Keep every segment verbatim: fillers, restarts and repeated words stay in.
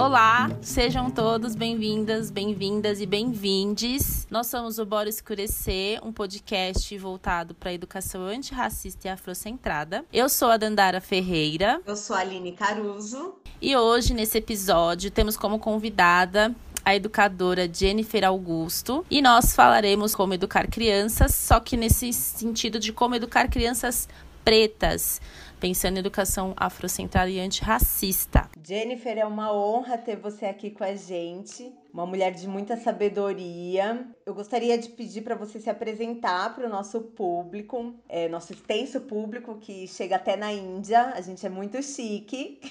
Olá, sejam todos bem-vindas, bem-vindas e bem-vindes. Nós somos o Bora Escurecer, um podcast voltado para a educação antirracista e afrocentrada. Eu sou a Dandara Ferreira. Eu sou a Aline Caruso. E hoje, nesse episódio, temos como convidada a educadora Jennifer Augusto. E nós falaremos como educar crianças, só que nesse sentido de como educar crianças pretas, pensando em educação afrocentrada e antirracista. Jennifer, é uma honra ter você aqui com a gente, uma mulher de muita sabedoria. Eu gostaria de pedir para você se apresentar para o nosso público, é, nosso extenso público que chega até na Índia. A gente é muito chique.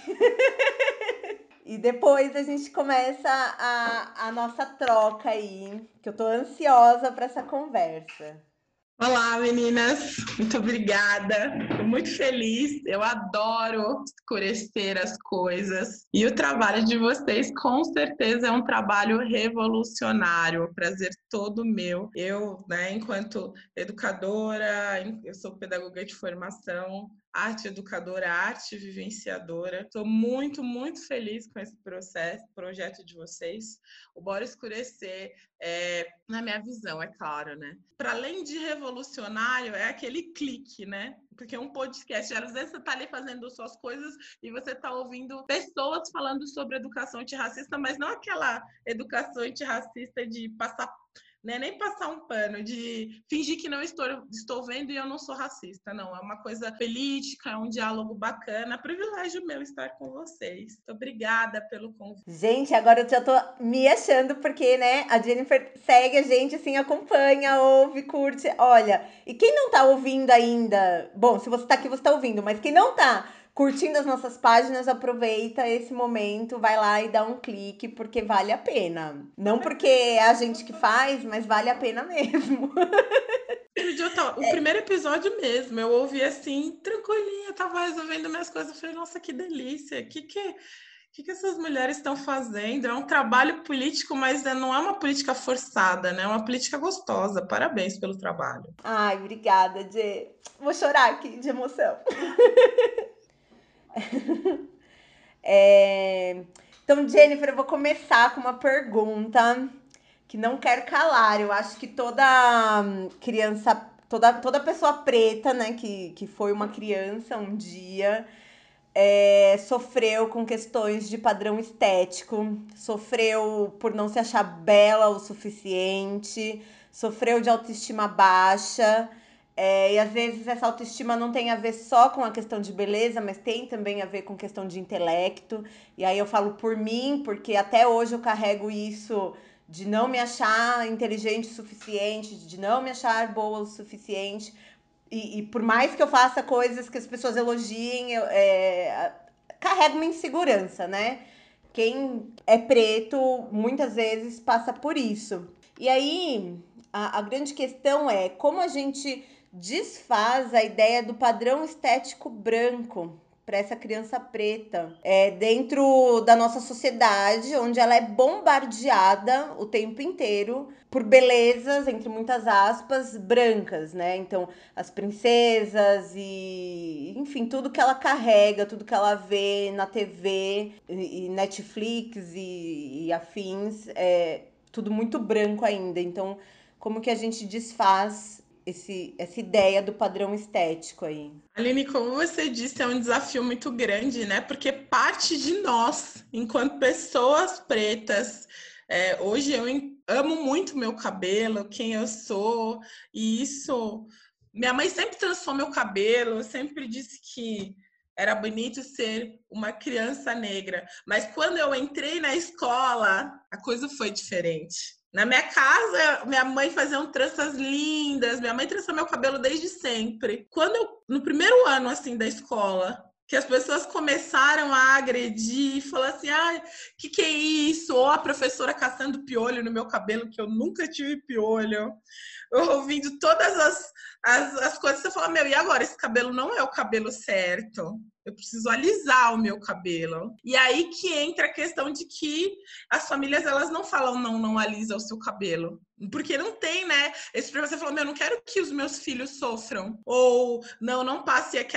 E depois a gente começa a, a nossa troca aí, que eu tô ansiosa para essa conversa. Olá, meninas, muito obrigada, estou muito feliz, eu adoro escurecer as coisas e o trabalho de vocês com certeza é um trabalho revolucionário, um prazer todo meu. Eu, né, enquanto educadora, eu sou pedagoga de formação, arte educadora, arte vivenciadora. Estou muito, muito feliz com esse processo, projeto de vocês. O Bora Escurecer, é, na minha visão, é claro, né? Para além de revolucionário, é aquele clique, né? Porque um podcast, às vezes você está ali fazendo suas coisas e você está ouvindo pessoas falando sobre educação antirracista, mas não aquela educação antirracista de passar, né, nem passar um pano, de fingir que não estou, estou vendo e eu não sou racista. Não, é uma coisa política, é um diálogo bacana. É privilégio meu estar com vocês. Muito obrigada pelo convite. Gente, agora eu já tô me achando, porque, né, a Jennifer segue a gente, assim, acompanha, ouve, curte. Olha, e quem não tá ouvindo ainda, bom, se você tá aqui, você tá ouvindo, mas quem não tá curtindo as nossas páginas, aproveita esse momento, vai lá e dá um clique, porque vale a pena. Não porque é a gente que faz, mas vale a pena mesmo. O primeiro episódio mesmo, eu ouvi assim, tranquilinha, tava resolvendo minhas coisas, eu falei, nossa, que delícia, que que... O que, que essas mulheres estão fazendo? É um trabalho político, mas não é uma política forçada, né? É uma política gostosa. Parabéns pelo trabalho. Ai, obrigada, Jê. Vou chorar aqui de emoção. é... Então, Jennifer, eu vou começar com uma pergunta que não quero calar. Eu acho que toda criança, toda, toda pessoa preta, né, que, que foi uma criança um dia... É, sofreu com questões de padrão estético, sofreu por não se achar bela o suficiente, sofreu de autoestima baixa, é, e às vezes essa autoestima não tem a ver só com a questão de beleza, mas tem também a ver com questão de intelecto. E aí eu falo por mim, porque até hoje eu carrego isso de não me achar inteligente o suficiente, de não me achar boa o suficiente. E, e por mais que eu faça coisas que as pessoas elogiem, eu é, carrego uma insegurança, né? Quem é preto, muitas vezes, passa por isso. E aí, a, a grande questão é como a gente desfaz a ideia do padrão estético branco para essa criança preta, é, dentro da nossa sociedade, onde ela é bombardeada o tempo inteiro por belezas, entre muitas aspas, brancas, né? Então, as princesas e, enfim, tudo que ela carrega, tudo que ela vê na T V, e, e Netflix e, e afins, é tudo muito branco ainda. Então, como que a gente desfaz esse, essa ideia do padrão estético aí? Aline, como você disse, é um desafio muito grande, né? Porque parte de nós, enquanto pessoas pretas, é, hoje eu amo muito meu cabelo, quem eu sou, e isso... Minha mãe sempre trançou meu cabelo, sempre disse que era bonito ser uma criança negra. Mas quando eu entrei na escola, a coisa foi diferente. Na minha casa, minha mãe fazia um tranças lindas, minha mãe trançou meu cabelo desde sempre. Quando eu, no primeiro ano, assim, da escola, que as pessoas começaram a agredir, falar assim, ah, que que é isso? Ou a professora caçando piolho no meu cabelo, que eu nunca tive piolho. Eu ouvindo todas as, as, as coisas, você fala, meu, e agora? Esse cabelo não é o cabelo certo. Eu preciso alisar o meu cabelo. E aí que entra a questão de que as famílias, elas não falam, não, não alisa o seu cabelo. Porque não tem, né? Esse você falou, meu, eu não quero que os meus filhos sofram. Ou, não, não passe aquela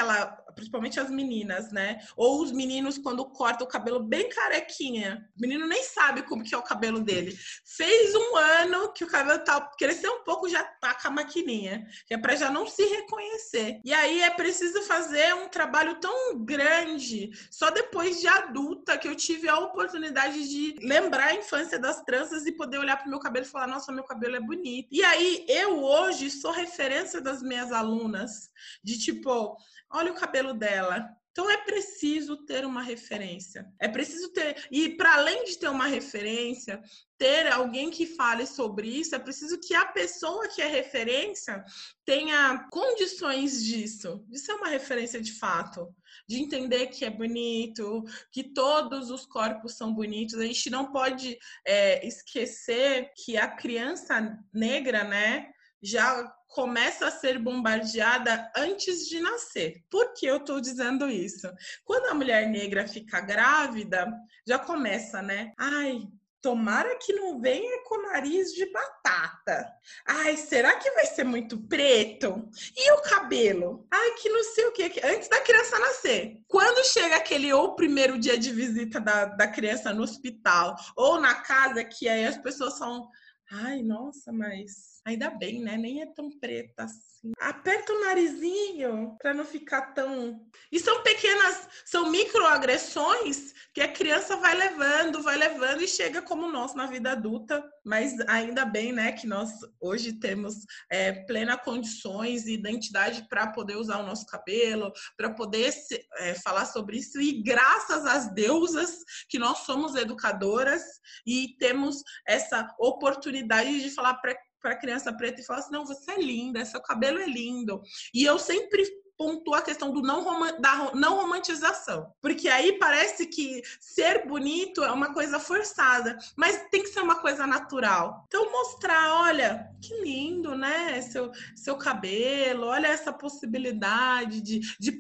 principalmente as meninas, né? Ou os meninos quando cortam o cabelo bem carequinha. O menino nem sabe como que é o cabelo dele. Fez um ano que o cabelo tá, cresceu um pouco, já tá com a maquininha, que é para já não se reconhecer. E aí é preciso fazer um trabalho tão grande. Só depois de adulta que eu tive a oportunidade de lembrar a infância das tranças e poder olhar pro meu cabelo e falar, nossa, meu cabelo é bonito. E aí eu hoje sou referência das minhas alunas, de tipo, olha o cabelo dela. Então é preciso ter uma referência. É preciso ter, e para além de ter uma referência, ter alguém que fale sobre isso, é preciso que a pessoa que é referência tenha condições disso, de ser uma referência de fato, de entender que é bonito, que todos os corpos são bonitos. A gente não pode é, esquecer que a criança negra, né, já começa a ser bombardeada antes de nascer. Por que eu estou dizendo isso? Quando a mulher negra fica grávida, já começa, né? Ai, tomara que não venha com nariz de batata. Ai, será que vai ser muito preto? E o cabelo? Ai, que não sei o quê. Antes da criança nascer. Quando chega aquele ou primeiro dia de visita da, da criança no hospital ou na casa, que aí as pessoas são... Ai, nossa, mas ainda bem, né? Nem é tão preta assim. Aperta o narizinho para não ficar tão... E são pequenas, são microagressões que a criança vai levando, vai levando e chega como nós na vida adulta. Mas ainda bem, né, que nós hoje temos é, plena condições e identidade para poder usar o nosso cabelo, para poder se, é, falar sobre isso. E graças às deusas que nós somos educadoras e temos essa oportunidade de falar para para criança preta e falar assim, não, você é linda, seu cabelo é lindo. E eu sempre pontuo a questão do não rom- da não romantização, porque aí parece que ser bonito é uma coisa forçada, mas tem que ser uma coisa natural. Então mostrar, olha, que lindo, né, seu, seu cabelo, olha essa possibilidade de, de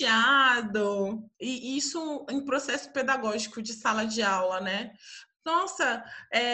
penteado, e isso em processo pedagógico de sala de aula, né? Nossa,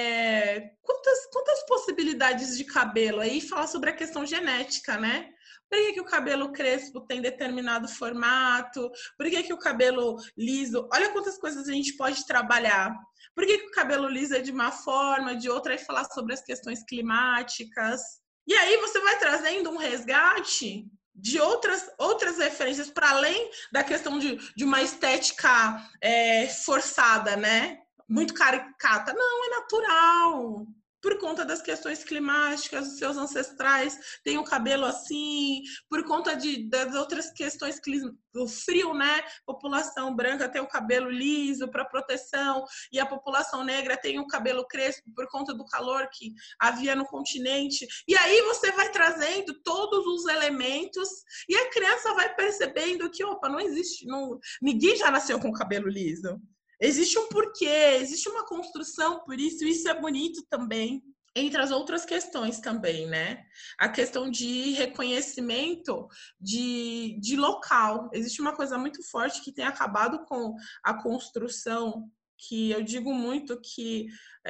é, quantas, quantas possibilidades de cabelo aí? Falar sobre a questão genética, né? Por que, que o cabelo crespo tem determinado formato? Por que, que o cabelo liso... Olha quantas coisas a gente pode trabalhar. Por que, que o cabelo liso é de uma forma, de outra, e falar sobre as questões climáticas. E aí você vai trazendo um resgate de outras, outras referências, para além da questão de, de uma estética é, forçada, né? Muito caricata. Não, é natural. Por conta das questões climáticas, os seus ancestrais têm o cabelo assim, por conta de, das outras questões do frio, né? A população branca tem o cabelo liso para proteção e a população negra tem o cabelo crespo por conta do calor que havia no continente. E aí você vai trazendo todos os elementos e a criança vai percebendo que, opa, não existe, não, ninguém já nasceu com o cabelo liso. Existe um porquê, existe uma construção por isso, isso é bonito também. Entre as outras questões também, né? A questão de reconhecimento de, de local. Existe uma coisa muito forte que tem acabado com a construção, que eu digo muito que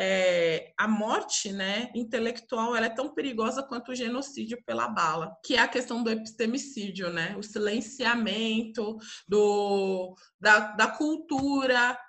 é, a morte, né, intelectual, ela é tão perigosa quanto o genocídio pela bala, que é a questão do epistemicídio, né? O silenciamento do, da, da cultura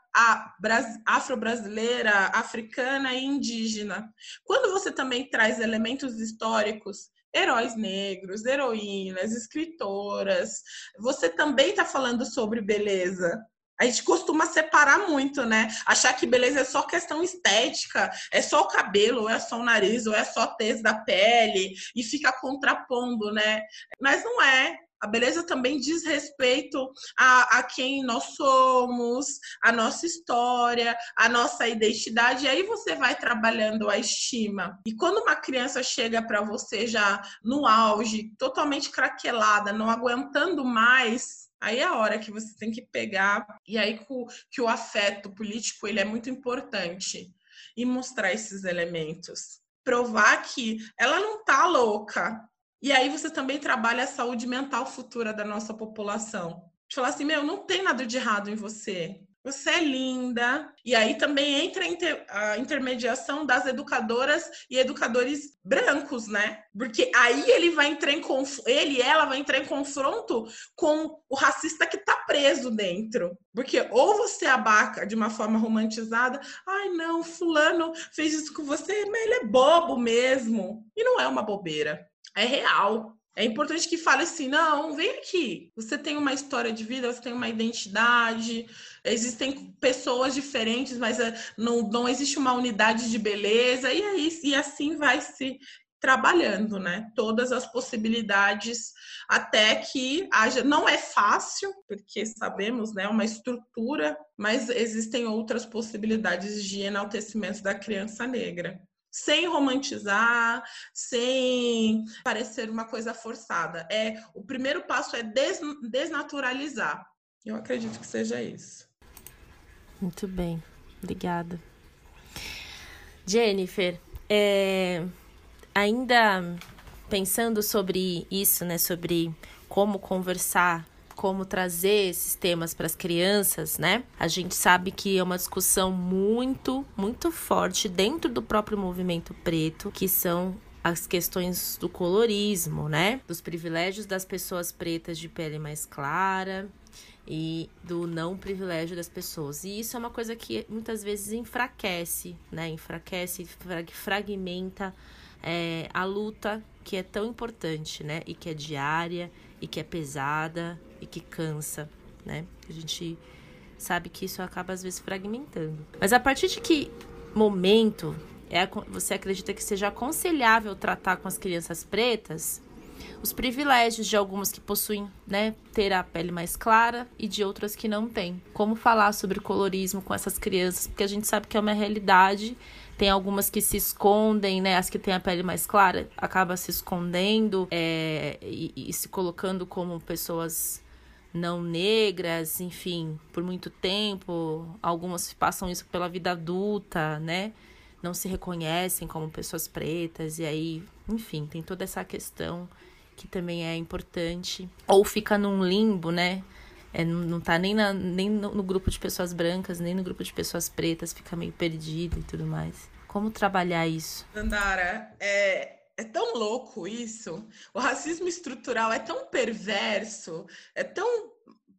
afro-brasileira, africana e indígena. Quando você também traz elementos históricos, heróis negros, heroínas, escritoras, você também está falando sobre beleza. A gente costuma separar muito, né? Achar que beleza é só questão estética, é só o cabelo, ou é só o nariz, ou é só a tez da pele, e fica contrapondo, né? Mas não é. A beleza também diz respeito a, a quem nós somos, a nossa história, a nossa identidade. E aí você vai trabalhando a estima. E quando uma criança chega para você já no auge, totalmente craquelada, não aguentando mais, aí é a hora que você tem que pegar. E aí que o afeto político ele é muito importante. E mostrar esses elementos. Provar que ela não tá louca. E aí você também trabalha a saúde mental futura da nossa população. De falar assim, meu, não tem nada de errado em você. você é linda. E aí também entra a, inter, a intermediação das educadoras e educadores brancos, né? Porque aí ele vai entrar em conf... ele e ela vai entrar em confronto com o racista que tá preso dentro. Porque ou você abaca de uma forma romantizada, ai não, fulano fez isso com você, mas ele é bobo mesmo. E não é uma bobeira, é real. É importante que fale assim, não, vem aqui. Você tem uma história de vida, você tem uma identidade, existem pessoas diferentes, mas não, não existe uma unidade de beleza, e, aí, e assim vai se trabalhando, né? Todas as possibilidades, até que haja. Não é fácil, porque sabemos, né? Uma estrutura, mas existem outras possibilidades de enaltecimento da criança negra. Sem romantizar, sem parecer uma coisa forçada. É, o primeiro passo é des, desnaturalizar. Eu acredito que seja isso. Muito bem, obrigada. Jennifer, é, ainda pensando sobre isso, né, sobre como conversar, como trazer esses temas para as crianças, né? A gente sabe que é uma discussão muito, muito forte dentro do próprio movimento preto, que são as questões do colorismo, né? Dos privilégios das pessoas pretas de pele mais clara e do não privilégio das pessoas. E isso é uma coisa que muitas vezes enfraquece, né? Enfraquece, fragmenta é, a luta que é tão importante, né? E que é diária, e que é pesada, e que cansa, né? A gente sabe que isso acaba às vezes fragmentando. Mas a partir de que momento é, você acredita que seja aconselhável tratar com as crianças pretas os privilégios de algumas que possuem, né, ter a pele mais clara e de outras que não têm? Como falar sobre o colorismo com essas crianças? Porque a gente sabe que é uma realidade. Tem algumas que se escondem, né? As que têm a pele mais clara acabam se escondendo é, e, e se colocando como pessoas não negras, enfim, por muito tempo. Algumas passam isso pela vida adulta, né? Não se reconhecem como pessoas pretas. E aí, enfim, tem toda essa questão que também é importante. Ou fica num limbo, né? É, não tá nem, na, nem no, no grupo de pessoas brancas, nem no grupo de pessoas pretas, fica meio perdido e tudo mais. Como trabalhar isso? Dandara, é, é tão louco isso. O racismo estrutural é tão perverso, é tão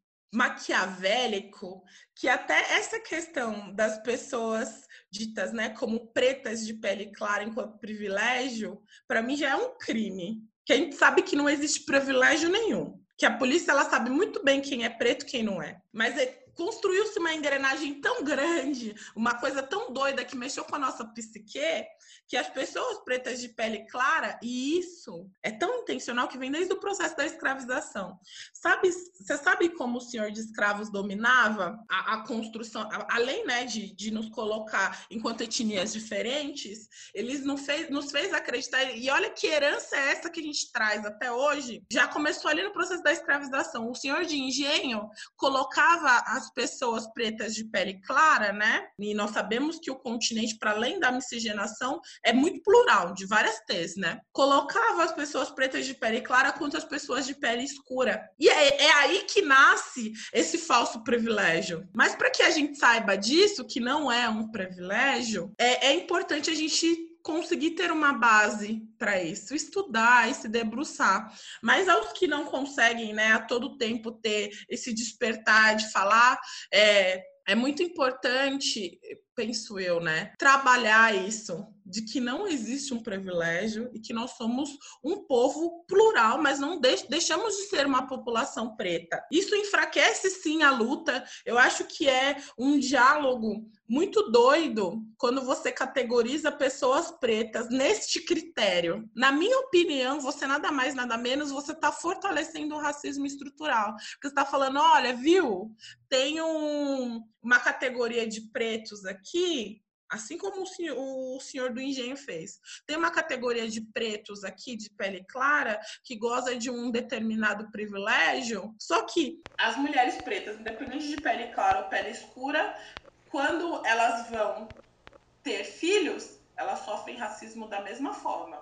maquiavélico, que até essa questão das pessoas ditas, né, como pretas de pele clara enquanto privilégio, para mim já é um crime. Que a gente sabe que não existe privilégio nenhum. Que a polícia ela sabe muito bem quem é preto e quem não é. Mas é, construiu-se uma engrenagem tão grande, uma coisa tão doida que mexeu com a nossa psique, que as pessoas pretas de pele clara, e isso é tão intencional que vem desde o processo da escravização. Sabe, você sabe como o senhor de escravos dominava a, a construção, a, além, né, de, de nos colocar enquanto etnias diferentes, eles nos fez, nos fez acreditar, e olha que herança é essa que a gente traz até hoje, já começou ali no processo da escravização. O senhor de engenho colocava as pessoas pretas de pele clara, né? E nós sabemos que o continente, para além da miscigenação, é muito plural, de várias T's, né? Colocava as pessoas pretas de pele clara contra as pessoas de pele escura. E é, é aí que nasce esse falso privilégio. Mas para que a gente saiba disso, que não é um privilégio, é, é importante a gente conseguir ter uma base para isso, estudar e se debruçar. Mas aos que não conseguem, né, a todo tempo ter esse despertar de falar, é, é muito importante, penso eu, né, trabalhar isso, de que não existe um privilégio e que nós somos um povo plural, mas não deix- deixamos de ser uma população preta. Isso enfraquece, sim, a luta. Eu acho que é um diálogo muito doido quando você categoriza pessoas pretas neste critério. Na minha opinião, você nada mais, nada menos, você está fortalecendo o racismo estrutural. Porque você está falando, olha, viu, tem um, uma categoria de pretos aqui, assim como o senhor, o senhor do engenho fez. Tem uma categoria de pretos aqui, de pele clara, que goza de um determinado privilégio, só que as mulheres pretas, independente de pele clara ou pele escura, quando elas vão ter filhos, elas sofrem racismo da mesma forma.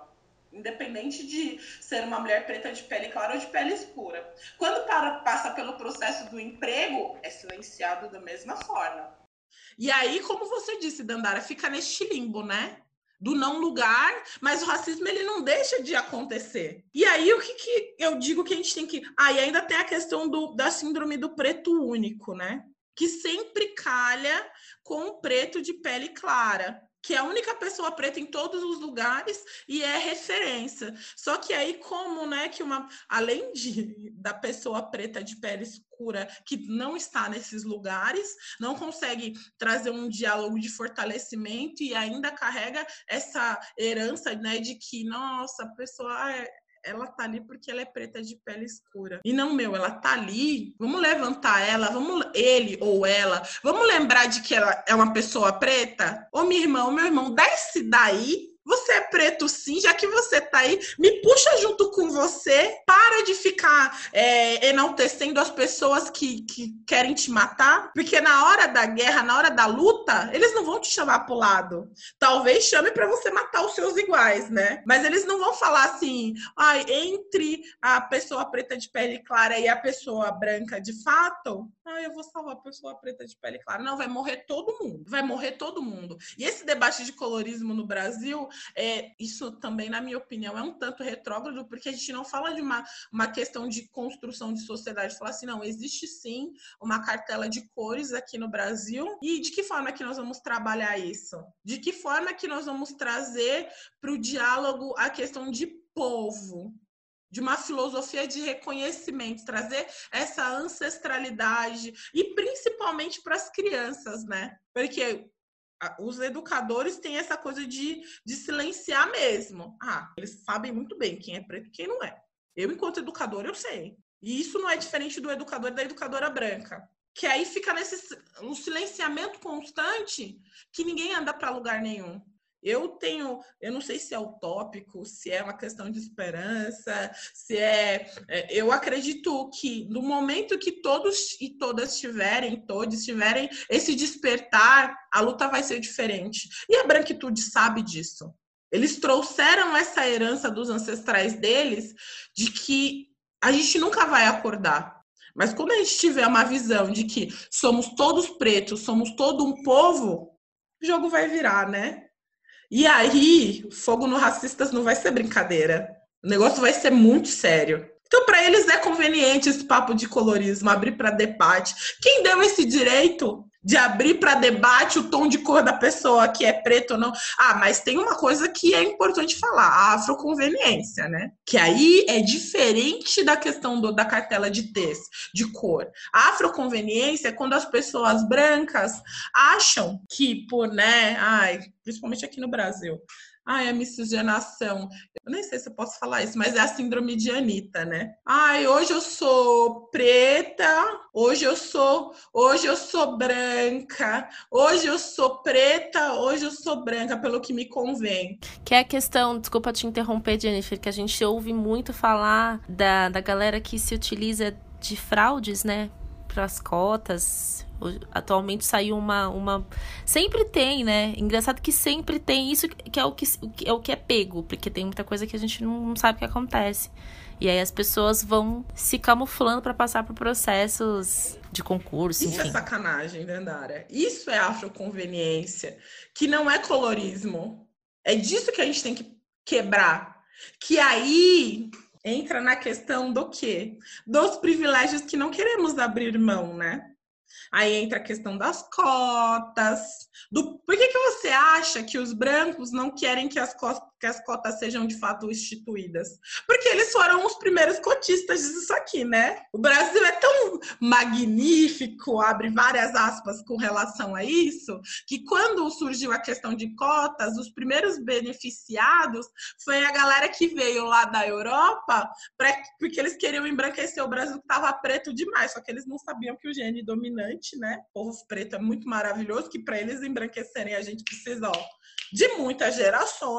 independente de ser uma mulher preta de pele clara ou de pele escura. Quando para, passa pelo processo do emprego, é silenciado da mesma forma. E aí, como você disse, Dandara, fica neste limbo, né? Do não lugar, mas o racismo ele não deixa de acontecer. E aí, o que, que eu digo que a gente tem que... Ah, e ainda tem a questão do, da síndrome do preto único, né? Que sempre calha com o preto de pele clara, que é a única pessoa preta em todos os lugares e é referência. Só que aí, como, né, que uma... Além de, da pessoa preta de pele escura que não está nesses lugares, não consegue trazer um diálogo de fortalecimento e ainda carrega essa herança, né, de que, nossa, a pessoa... É... ela tá ali porque ela é preta de pele escura. E não, meu, ela tá ali, vamos levantar ela, vamos, ele ou ela, vamos lembrar de que ela é uma pessoa preta? Ô, minha irmã, ô, meu irmão, desce daí. Você é preto sim, já que você tá aí, me puxa junto com você, para de ficar é, enaltecendo as pessoas que, que querem te matar, porque na hora da guerra, na hora da luta, eles não vão te chamar pro lado. Talvez chame para você matar os seus iguais, né? Mas eles não vão falar assim, ai, entre a pessoa preta de pele clara e a pessoa branca de fato, ai, eu vou salvar a pessoa preta de pele clara. Não, vai morrer todo mundo, vai morrer todo mundo. E esse debate de colorismo no Brasil, É, isso também, na minha opinião, é um tanto retrógrado, porque a gente não fala de uma, uma questão de construção de sociedade, fala assim, não, existe sim uma cartela de cores aqui no Brasil, e de que forma que nós vamos trabalhar isso? De que forma que nós vamos trazer para o diálogo a questão de povo, de uma filosofia de reconhecimento, trazer essa ancestralidade, e principalmente para as crianças, né? Porque os educadores têm essa coisa de, de silenciar mesmo. Ah, eles sabem muito bem quem é preto e quem não é. Eu, enquanto educadora, eu sei. E isso não é diferente do educador e da educadora branca. Que aí fica nesse um silenciamento constante que ninguém anda para lugar nenhum. Eu tenho, eu não sei se é utópico, se é uma questão de esperança, se é... Eu acredito que no momento que todos e todas tiverem, todos tiverem esse despertar, a luta vai ser diferente. E a branquitude sabe disso. Eles trouxeram essa herança dos ancestrais deles de que a gente nunca vai acordar. Mas quando a gente tiver uma visão de que somos todos pretos, somos todo um povo, o jogo vai virar, né? E aí, fogo no racistas não vai ser brincadeira. O negócio vai ser muito sério. Então, para eles é conveniente esse papo de colorismo, abrir para debate. Quem deu esse direito de abrir para debate o tom de cor da pessoa, que é preto ou não? Ah, mas tem uma coisa que é importante falar, a afroconveniência, né? Que aí é diferente da questão do, da cartela de tez, de cor. A afroconveniência é quando as pessoas brancas acham que por, né, ai, principalmente aqui no Brasil, ai, a miscigenação, eu nem sei se eu posso falar isso, mas é a síndrome de Anitta, né? Ai, hoje eu sou preta, hoje eu sou, hoje eu sou branca, hoje eu sou preta, hoje eu sou branca, pelo que me convém. Que é a questão, desculpa te interromper, Jennifer, que a gente ouve muito falar da, da galera que se utiliza de fraudes, né, para as cotas. Atualmente saiu uma, uma... Sempre tem, né? Engraçado que sempre tem isso, que é o que, é o que é pego, porque tem muita coisa que a gente não, não sabe o que acontece. E aí as pessoas vão se camuflando para passar por processos de concurso, Isso enfim. É sacanagem, Dandara. Isso é afroconveniência, que não é colorismo. É disso que a gente tem que quebrar. Que aí entra na questão do quê? Dos privilégios que não queremos abrir mão, né? Aí entra a questão das cotas. Do... Por que, que você acha que os brancos não querem que as, co... que as cotas sejam de fato instituídas? Porque eles foram os primeiros cotistas disso aqui, né? O Brasil é tão magnífico, abre várias aspas com relação a isso, que quando surgiu a questão de cotas, os primeiros beneficiados foi a galera que veio lá da Europa, pra... porque eles queriam embranquecer o Brasil que estava preto demais, só que eles não sabiam que o gene dominante, né? O povo preto é muito maravilhoso, que para eles embranquecerem a gente precisa, ó, de muitas gerações, e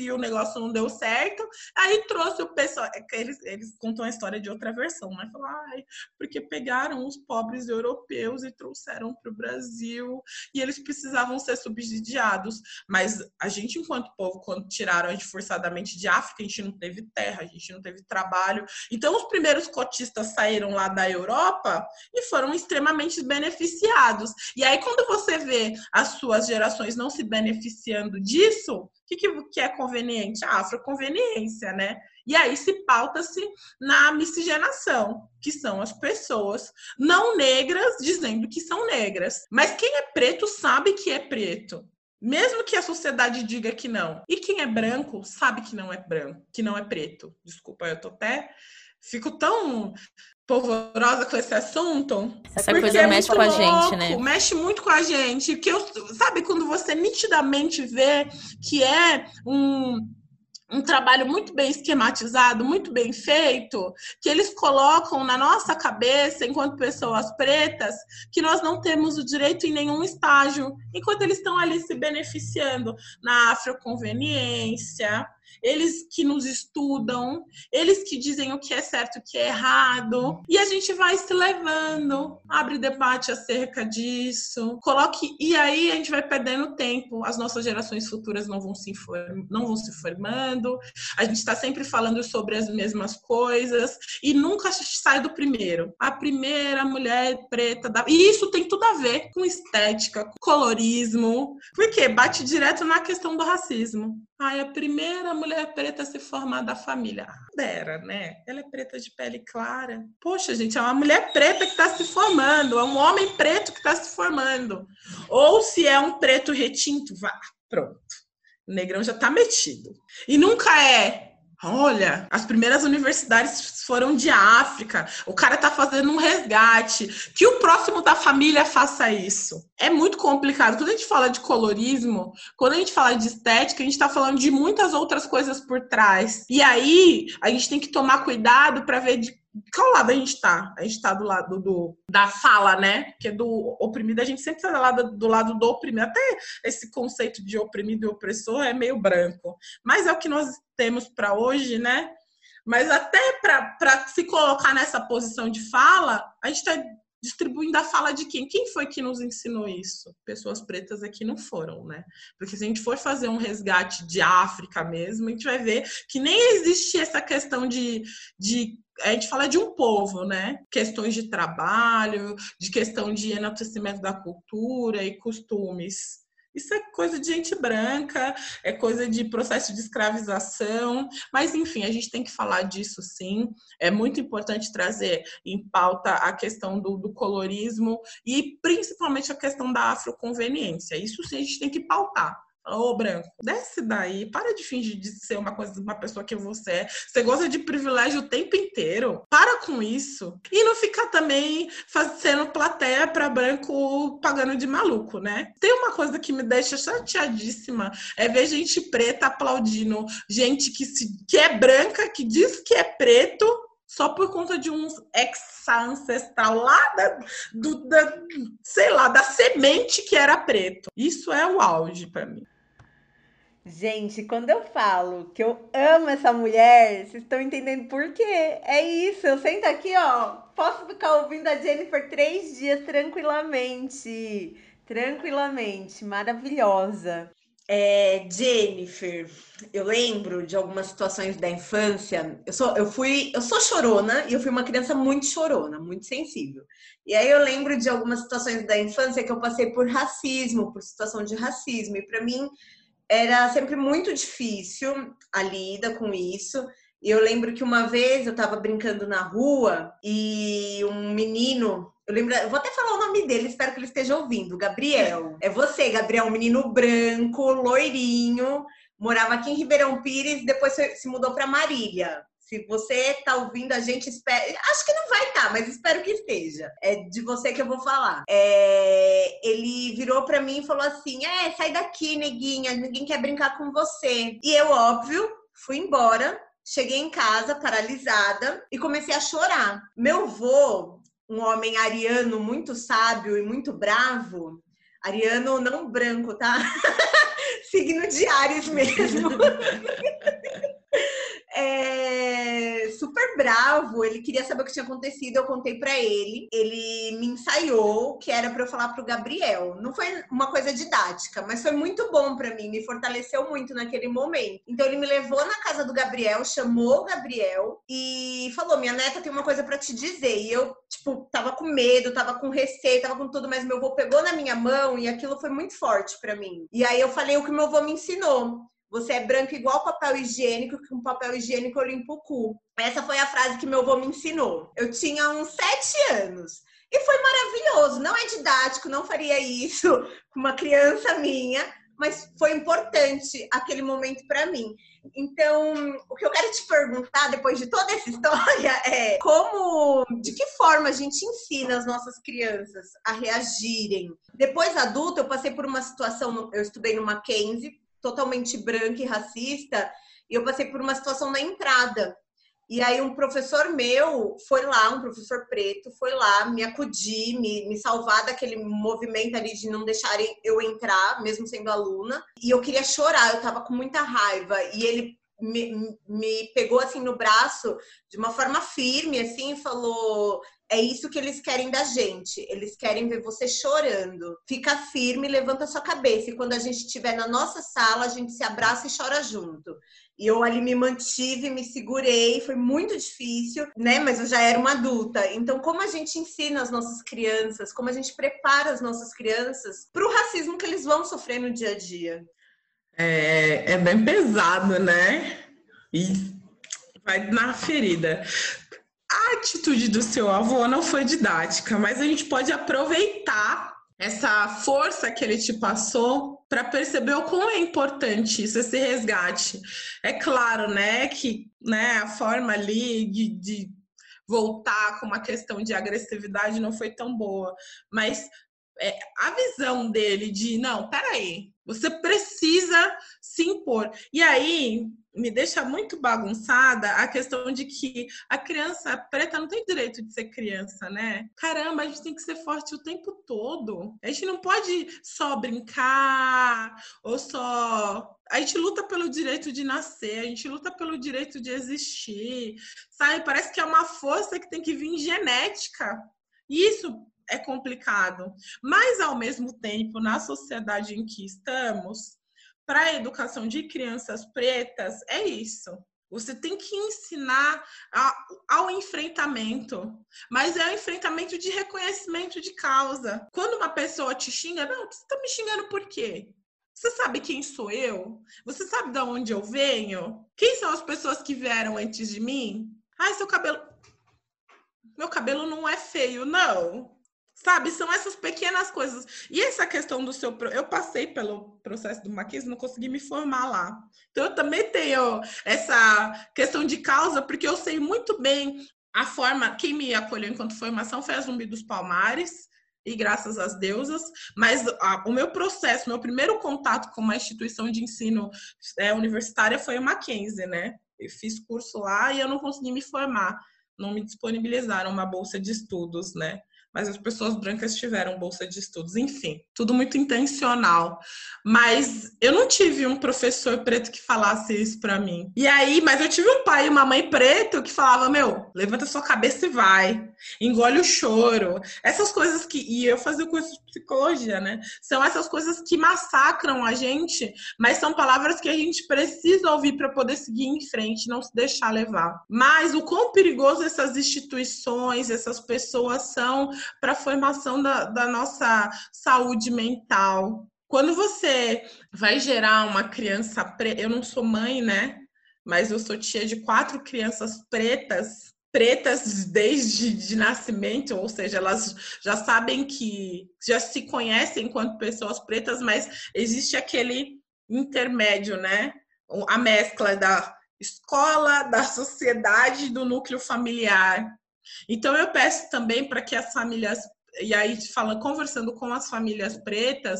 e o negócio não deu certo. Aí trouxe o pessoal, eles, eles contam a história de outra versão, né? Falaram, ai, porque pegaram os pobres europeus e trouxeram para o Brasil e eles precisavam ser subsidiados. Mas a gente, enquanto povo, quando tiraram a gente forçadamente de África, a gente não teve terra, a gente não teve trabalho. Então, os primeiros cotistas saíram lá da Europa e foram extremamente beneficiados. E aí, quando você vê as suas gerações não se beneficiando disso, o que, que é conveniente? A afroconveniência, né? E aí se pauta-se na miscigenação, que são as pessoas não negras dizendo que são negras. Mas quem é preto sabe que é preto, mesmo que a sociedade diga que não. E quem é branco sabe que não é branco, que não é preto. Desculpa, eu tô até... Fico tão polvorosa com esse assunto. Essa coisa mexe com a gente, né? Mexe muito com a gente. Que eu, sabe, quando você nitidamente vê que é um... um trabalho muito bem esquematizado, muito bem feito, que eles colocam na nossa cabeça, enquanto pessoas pretas, que nós não temos o direito em nenhum estágio, enquanto eles estão ali se beneficiando na afroconveniência, eles que nos estudam, eles que dizem o que é certo e o que é errado, e a gente vai se levando, abre debate acerca disso, coloque, e aí a gente vai perdendo tempo, as nossas gerações futuras não vão se, inform, não vão se formando, a gente está sempre falando sobre as mesmas coisas, e nunca sai do primeiro, a primeira mulher preta, da... e isso tem tudo a ver com estética, com colorismo, porque bate direto na questão do racismo. Ai, a primeira mulher preta a se formar da família. Dera, né? Ela é preta de pele clara. Poxa, gente, é uma mulher preta que está se formando. É um homem preto que está se formando. Ou se é um preto retinto, vá, pronto. O negrão já está metido. E nunca é... Olha, as primeiras universidades foram de África. O cara tá fazendo um resgate. Que o próximo da família faça isso. É muito complicado. Quando a gente fala de colorismo, quando a gente fala de estética, a gente tá falando de muitas outras coisas por trás. E aí, a gente tem que tomar cuidado para ver de qual lado a gente tá. A gente tá do lado do, da fala, né? Porque do oprimido, a gente sempre tá do lado, do lado do oprimido. Até esse conceito de oprimido e opressor é meio branco. Mas é o que nós temos para hoje, né? Mas até para se colocar nessa posição de fala, a gente está distribuindo a fala de quem? Quem foi que nos ensinou isso? Pessoas pretas aqui não foram, né? Porque se a gente for fazer um resgate de África mesmo, a gente vai ver que nem existe essa questão de... de a gente fala de um povo, né? Questões de trabalho, de questão de enaltecimento da cultura e costumes. Isso é coisa de gente branca, é coisa de processo de escravização, mas enfim, a gente tem que falar disso sim. É muito importante trazer em pauta a questão do, do colorismo e principalmente a questão da afroconveniência. Isso sim a gente tem que pautar. Ô, branco, desce daí, para de fingir de ser uma coisa, uma pessoa que você é. Você gosta de privilégio o tempo inteiro. Para com isso. E não ficar também fazendo plateia para branco pagando de maluco, né? Tem uma coisa que me deixa chateadíssima, é ver gente preta aplaudindo gente que, se, que é branca, que diz que é preto, só por conta de um ex-ancestral lá da, do, da, sei lá, da semente que era preto. Isso é o auge para mim. Gente, quando eu falo que eu amo essa mulher, vocês estão entendendo por quê? É isso, eu sento aqui, ó, posso ficar ouvindo a Jennifer três dias tranquilamente. Tranquilamente, maravilhosa. É, Jennifer, eu lembro de algumas situações da infância. Eu sou, eu fui, eu sou chorona e eu fui uma criança muito chorona, muito sensível. E aí eu lembro de algumas situações da infância que eu passei por racismo, por situação de racismo. E para mim era sempre muito difícil a lida com isso. E eu lembro que uma vez eu estava brincando na rua e um menino... Eu lembro, eu vou até falar o nome dele, espero que ele esteja ouvindo. Gabriel. É você, Gabriel, um menino branco, loirinho, morava aqui em Ribeirão Pires, depois se mudou para Marília. Se você tá ouvindo a gente, espera... acho que não vai estar, tá, mas espero que esteja. É de você que eu vou falar. É... Ele virou para mim e falou assim: é, sai daqui, neguinha, ninguém quer brincar com você. E eu, óbvio, fui embora, cheguei em casa paralisada e comecei a chorar. Meu vô, um homem ariano muito sábio e muito bravo, ariano não branco, tá? signo de Áries mesmo. É, super bravo, ele queria saber o que tinha acontecido, eu contei pra ele, ele me ensaiou, que era pra eu falar pro Gabriel. Não foi uma coisa didática, mas foi muito bom pra mim, me fortaleceu muito naquele momento. Então ele me levou na casa do Gabriel, chamou o Gabriel e falou, minha neta tem uma coisa pra te dizer. E eu, tipo, tava com medo, tava com receio, tava com tudo, mas meu avô pegou na minha mão e aquilo foi muito forte pra mim. E aí eu falei o que meu avô me ensinou. Você é branco igual papel higiênico, que com papel higiênico eu limpo o cu. Essa foi a frase que meu avô me ensinou. Eu tinha uns sete anos. E foi maravilhoso. Não é didático, não faria isso com uma criança minha, mas foi importante aquele momento para mim. Então, o que eu quero te perguntar, depois de toda essa história, é como, de que forma a gente ensina as nossas crianças a reagirem? Depois adulta, eu passei por uma situação, eu estudei no Mackenzie, totalmente branca e racista, e eu passei por uma situação na entrada. E aí um professor meu foi lá, um professor preto, foi lá me acudir, me, me salvar daquele movimento ali de não deixarem eu entrar, mesmo sendo aluna. E eu queria chorar, eu tava com muita raiva. E ele me, me pegou assim no braço de uma forma firme, assim, e falou... É isso que eles querem da gente. Eles querem ver você chorando. Fica firme, levanta sua cabeça. E quando a gente estiver na nossa sala, a gente se abraça e chora junto. E eu ali me mantive, me segurei. Foi muito difícil, né? Mas eu já era uma adulta. Então, como a gente ensina as nossas crianças, como a gente prepara as nossas crianças para o racismo que eles vão sofrer no dia a dia? É, é bem pesado, né? E vai na ferida. A atitude do seu avô não foi didática, mas a gente pode aproveitar essa força que ele te passou para perceber o quão é importante isso, esse resgate. É claro, né, que né, a forma ali de, de voltar com uma questão de agressividade não foi tão boa, mas é, a visão dele de, não, peraí, você precisa se impor. E aí... me deixa muito bagunçada a questão de que a criança preta não tem direito de ser criança, né? Caramba, a gente tem que ser forte o tempo todo. A gente não pode só brincar ou só... A gente luta pelo direito de nascer, a gente luta pelo direito de existir, sabe? Parece que é uma força que tem que vir genética. E isso é complicado. Mas, ao mesmo tempo, na sociedade em que estamos... para a educação de crianças pretas, é isso. Você tem que ensinar a, ao enfrentamento, mas é o enfrentamento de reconhecimento de causa. Quando uma pessoa te xinga, não, você está me xingando por quê? Você sabe quem sou eu? Você sabe de onde eu venho? Quem são as pessoas que vieram antes de mim? Ai, seu cabelo... Meu cabelo não é feio, não. Sabe, são essas pequenas coisas. E essa questão do seu... Eu passei pelo processo do Mackenzie, não consegui me formar lá. Então, eu também tenho essa questão de causa, porque eu sei muito bem a forma... Quem me acolheu enquanto formação foi a Zumbi dos Palmares, e graças às deusas. Mas a, o meu processo, meu primeiro contato com uma instituição de ensino é, universitária foi o Mackenzie, né? Eu fiz curso lá e eu não consegui me formar. Não me disponibilizaram uma bolsa de estudos, né? Mas as pessoas brancas tiveram bolsa de estudos, enfim, tudo muito intencional. Mas eu não tive um professor preto que falasse isso pra mim. E aí, mas eu tive um pai e uma mãe preto que falava, meu, levanta sua cabeça e vai, engole o choro. Essas coisas que... E eu fazia curso de psicologia, né? São essas coisas que massacram a gente, mas são palavras que a gente precisa ouvir para poder seguir em frente, não se deixar levar. Mas o quão perigoso essas instituições, essas pessoas são para a formação da, da nossa saúde mental. Quando você vai gerar uma criança preta, eu não sou mãe, né? Mas eu sou tia de quatro crianças pretas, pretas desde de nascimento, ou seja, elas já sabem que, já se conhecem enquanto pessoas pretas, mas existe aquele intermédio, né? A mescla da escola, da sociedade, do núcleo familiar. Então, eu peço também para que as famílias, e aí fala, conversando com as famílias pretas,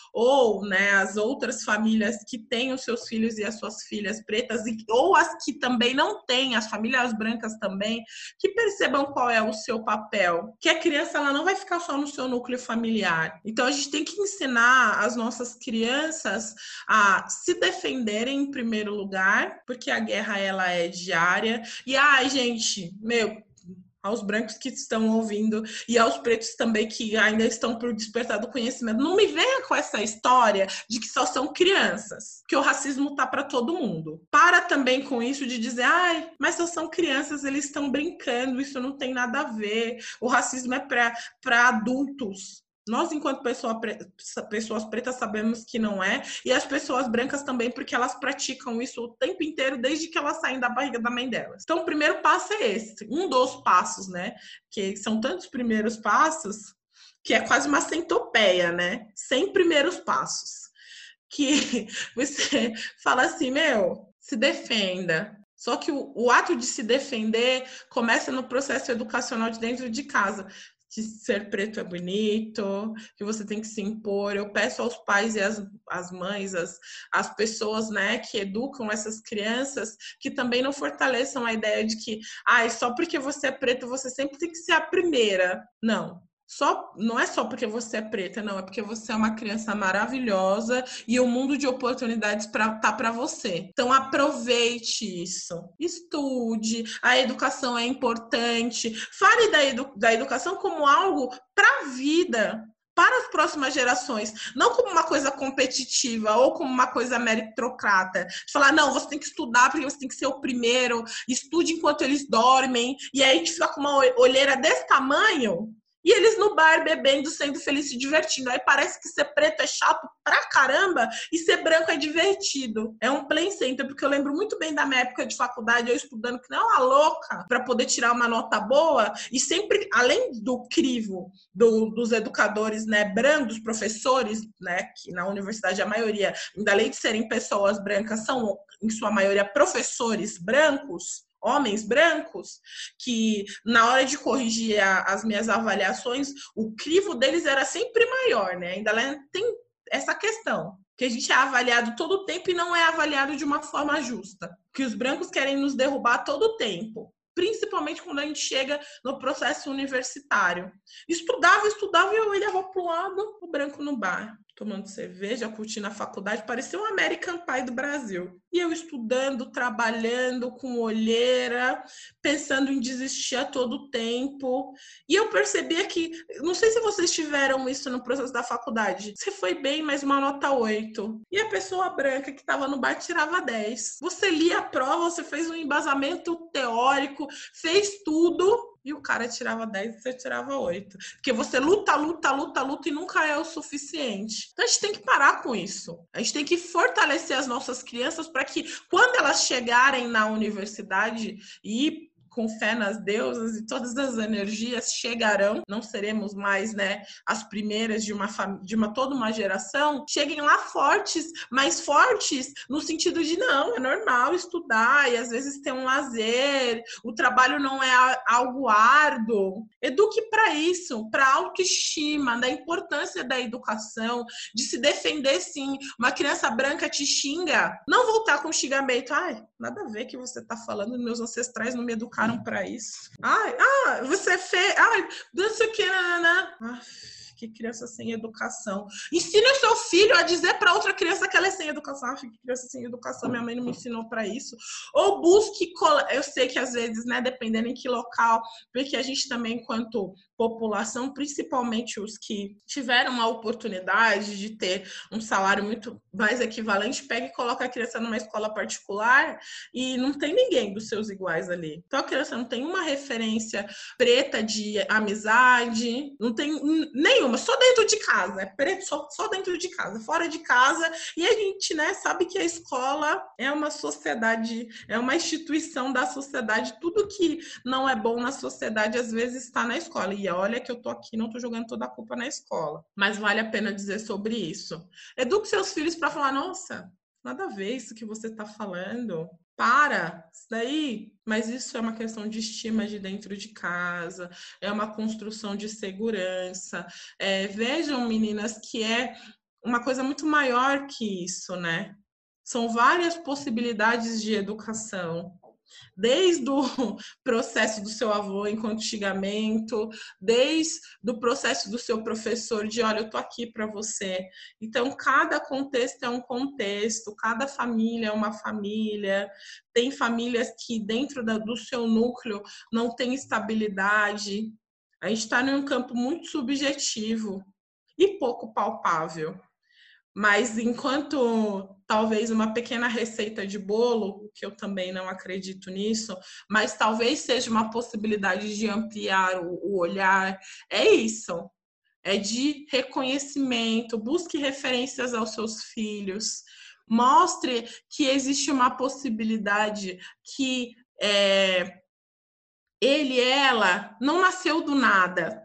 ou, né, as outras famílias que têm os seus filhos e as suas filhas pretas, ou as que também não têm, as famílias brancas também, que percebam qual é o seu papel, que a criança ela não vai ficar só no seu núcleo familiar. Então a gente tem que ensinar as nossas crianças a se defenderem em primeiro lugar, porque a guerra ela é diária. E ai, gente, meu, aos brancos que estão ouvindo e aos pretos também que ainda estão por despertar do conhecimento, não me venha com essa história de que só são crianças, que o racismo tá para todo mundo. Para também com isso de dizer, ai, mas só são crianças, eles estão brincando, isso não tem nada a ver, o racismo é para adultos. Nós, enquanto pessoa pre... pessoas pretas, sabemos que não é. E as pessoas brancas também, porque elas praticam isso o tempo inteiro, desde que elas saem da barriga da mãe delas. Então, o primeiro passo é esse. Um dos passos, né? Que são tantos primeiros passos, que é quase uma centopeia, né? cem primeiros passos. Que você fala assim, meu, se defenda. Só que o, o ato de se defender começa no processo educacional de dentro de casa. Que ser preto é bonito, que você tem que se impor. Eu peço aos pais e às, às mães, as, as pessoas, né, que educam essas crianças, que também não fortaleçam a ideia de que ah, só porque você é preto, você sempre tem que ser a primeira. Não. Só, não é só porque você é preta, não, é porque você é uma criança maravilhosa e o mundo de oportunidades pra, tá para você. Então aproveite isso, estude, a educação é importante, fale da, edu, da educação como algo para a vida, para as próximas gerações, não como uma coisa competitiva ou como uma coisa meritocrata. Falar, não, você tem que estudar porque você tem que ser o primeiro, estude enquanto eles dormem, e aí a gente fica com uma olheira desse tamanho. E eles no bar, bebendo, sendo felizes, se divertindo. Aí parece que ser preto é chato pra caramba e ser branco é divertido. É um play center, porque eu lembro muito bem da minha época de faculdade, eu estudando que nem uma louca pra poder tirar uma nota boa. E sempre, além do crivo do, dos educadores, né, brancos, dos professores, né, que na universidade a maioria, ainda além de serem pessoas brancas, são, em sua maioria, professores brancos, homens brancos, que na hora de corrigir a, as minhas avaliações, o crivo deles era sempre maior, né? Ainda tem essa questão, que a gente é avaliado todo o tempo e não é avaliado de uma forma justa, que os brancos querem nos derrubar todo o tempo, principalmente quando a gente chega no processo universitário. Estudava, estudava e eu olhava pro lado, o branco no bar, tomando cerveja, curtindo a faculdade, parecia um American Pie do Brasil. E eu estudando, trabalhando com olheira, pensando em desistir a todo tempo. E eu percebia que, não sei se vocês tiveram isso no processo da faculdade, você foi bem, mas uma nota oito. E a pessoa branca que estava no bar tirava dez. Você lia a prova, você fez um embasamento teórico, fez tudo, e o cara tirava dez e você tirava oito. Porque você luta, luta, luta, luta e nunca é o suficiente. Então a gente tem que parar com isso. A gente tem que fortalecer as nossas crianças para que quando elas chegarem na universidade e com fé nas deusas e todas as energias chegarão, não seremos mais, né, as primeiras de uma fam- de uma toda uma geração, cheguem lá fortes, mas fortes no sentido de não, é normal estudar e às vezes ter um lazer, o trabalho não é a- algo árduo. Eduque para isso, para autoestima, da importância da educação, de se defender sim. Uma criança branca te xinga, não voltar com xingamento, ai, nada a ver que você tá falando, meus ancestrais não me educaram para isso. Ai, ah, você fez, ai, não sei o que, nanana. Ai, que criança sem educação. Ensine o seu filho a dizer para outra criança que ela é sem educação. Ah, que criança sem educação, minha mãe não me ensinou para isso. Ou busque, eu sei que às vezes, né, dependendo em que local, porque a gente também, enquanto população, principalmente os que tiveram a oportunidade de ter um salário muito mais equivalente, pega e coloca a criança numa escola particular e não tem ninguém dos seus iguais ali. Então a criança não tem uma referência preta de amizade, não tem nenhuma, só dentro de casa, é preto só, só dentro de casa, fora de casa, e a gente, né, sabe que a escola é uma sociedade, é uma instituição da sociedade, tudo que não é bom na sociedade às vezes está na escola, e olha que eu tô aqui, não tô jogando toda a culpa na escola, mas vale a pena dizer sobre isso. Eduque seus filhos para falar, nossa, nada a ver isso que você tá falando, para, isso daí, mas isso é uma questão de estima de dentro de casa, é uma construção de segurança. É, vejam, meninas, que é uma coisa muito maior que isso, né? São várias possibilidades de educação. Desde o processo do seu avô enquanto xingamento, desde o processo do seu professor de, olha, eu tô aqui para você. Então, cada contexto é um contexto, cada família é uma família. Tem famílias que dentro da, do seu núcleo não tem estabilidade. A gente está num campo muito subjetivo e pouco palpável. Mas enquanto talvez uma pequena receita de bolo, que eu também não acredito nisso, mas talvez seja uma possibilidade de ampliar o, o olhar, é isso. É de reconhecimento, busque referências aos seus filhos, mostre que existe uma possibilidade que é, ele, ela, não nasceu do nada.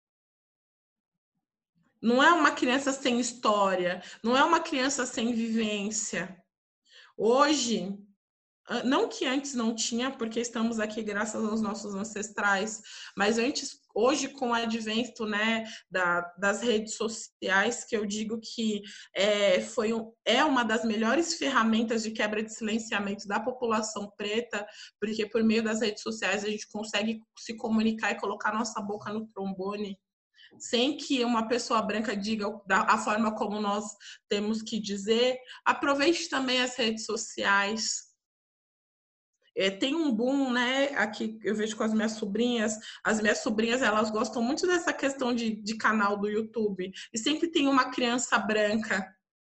Não é uma criança sem história, não é uma criança sem vivência. Hoje, não que antes não tinha, porque estamos aqui graças aos nossos ancestrais, mas antes, hoje com o advento, né, da, das redes sociais, que eu digo que é, foi um, é uma das melhores ferramentas de quebra de silenciamento da população preta, porque por meio das redes sociais a gente consegue se comunicar e colocar nossa boca no trombone, sem que uma pessoa branca diga a forma como nós temos que dizer. Aproveite também as redes sociais. É, tem um boom, né? Aqui eu vejo com as minhas sobrinhas. As minhas sobrinhas, elas gostam muito dessa questão de, de canal do YouTube. E sempre tem uma criança branca.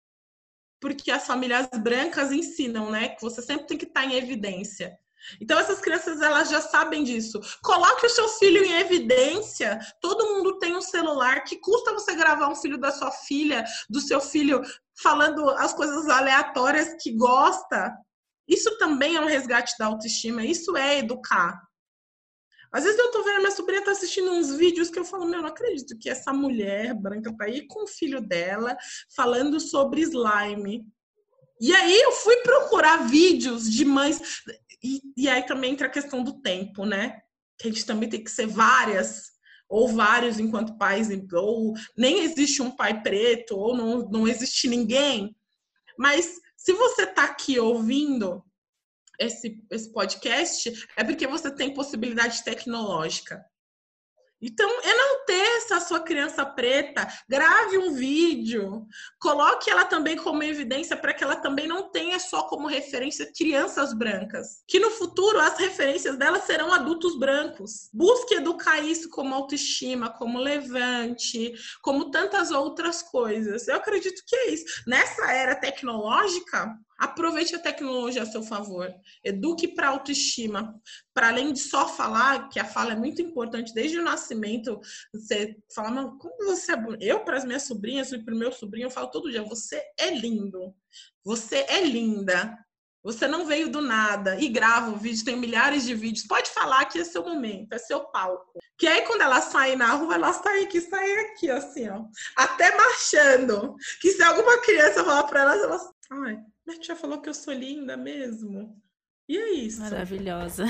Porque as famílias brancas ensinam, né? Que você sempre tem que estar em evidência. Então, essas crianças, elas já sabem disso. Coloque o seu filho em evidência. Todo mundo tem um celular. Que custa você gravar um filho da sua filha, do seu filho, falando as coisas aleatórias que gosta? Isso também é um resgate da autoestima. Isso é educar. Às vezes eu tô vendo, minha sobrinha tá assistindo uns vídeos que eu falo, meu, não acredito que essa mulher branca tá aí com o filho dela falando sobre slime. E aí eu fui procurar vídeos de mães... E, e aí também entra a questão do tempo, né? Que a gente também tem que ser várias, ou vários enquanto pais, ou nem existe um pai preto, ou não, não existe ninguém. Mas se você está aqui ouvindo esse, esse podcast, é porque você tem possibilidade tecnológica. Então, é não ter essa sua criança preta, grave um vídeo, coloque ela também como evidência para que ela também não tenha só como referência crianças brancas. Que no futuro as referências dela serão adultos brancos. Busque educar isso como autoestima, como levante, como tantas outras coisas. Eu acredito que é isso. Nessa era tecnológica, aproveite a tecnologia a seu favor. Eduque para autoestima. Para além de só falar, que a fala é muito importante desde o nascimento, você fala, mas como você é bonito? Eu, para as minhas sobrinhas e para o meu sobrinho, eu falo todo dia, você é lindo. Você é linda. Você não veio do nada. E grava um vídeo, tem milhares de vídeos. Pode falar que é seu momento, é seu palco. Que aí, quando elas saem na rua, elas saem aqui, saem aqui, assim, ó. Até marchando. Que se alguma criança falar para elas, elas... Ai, minha tia falou que eu sou linda mesmo. E é isso. Maravilhosa.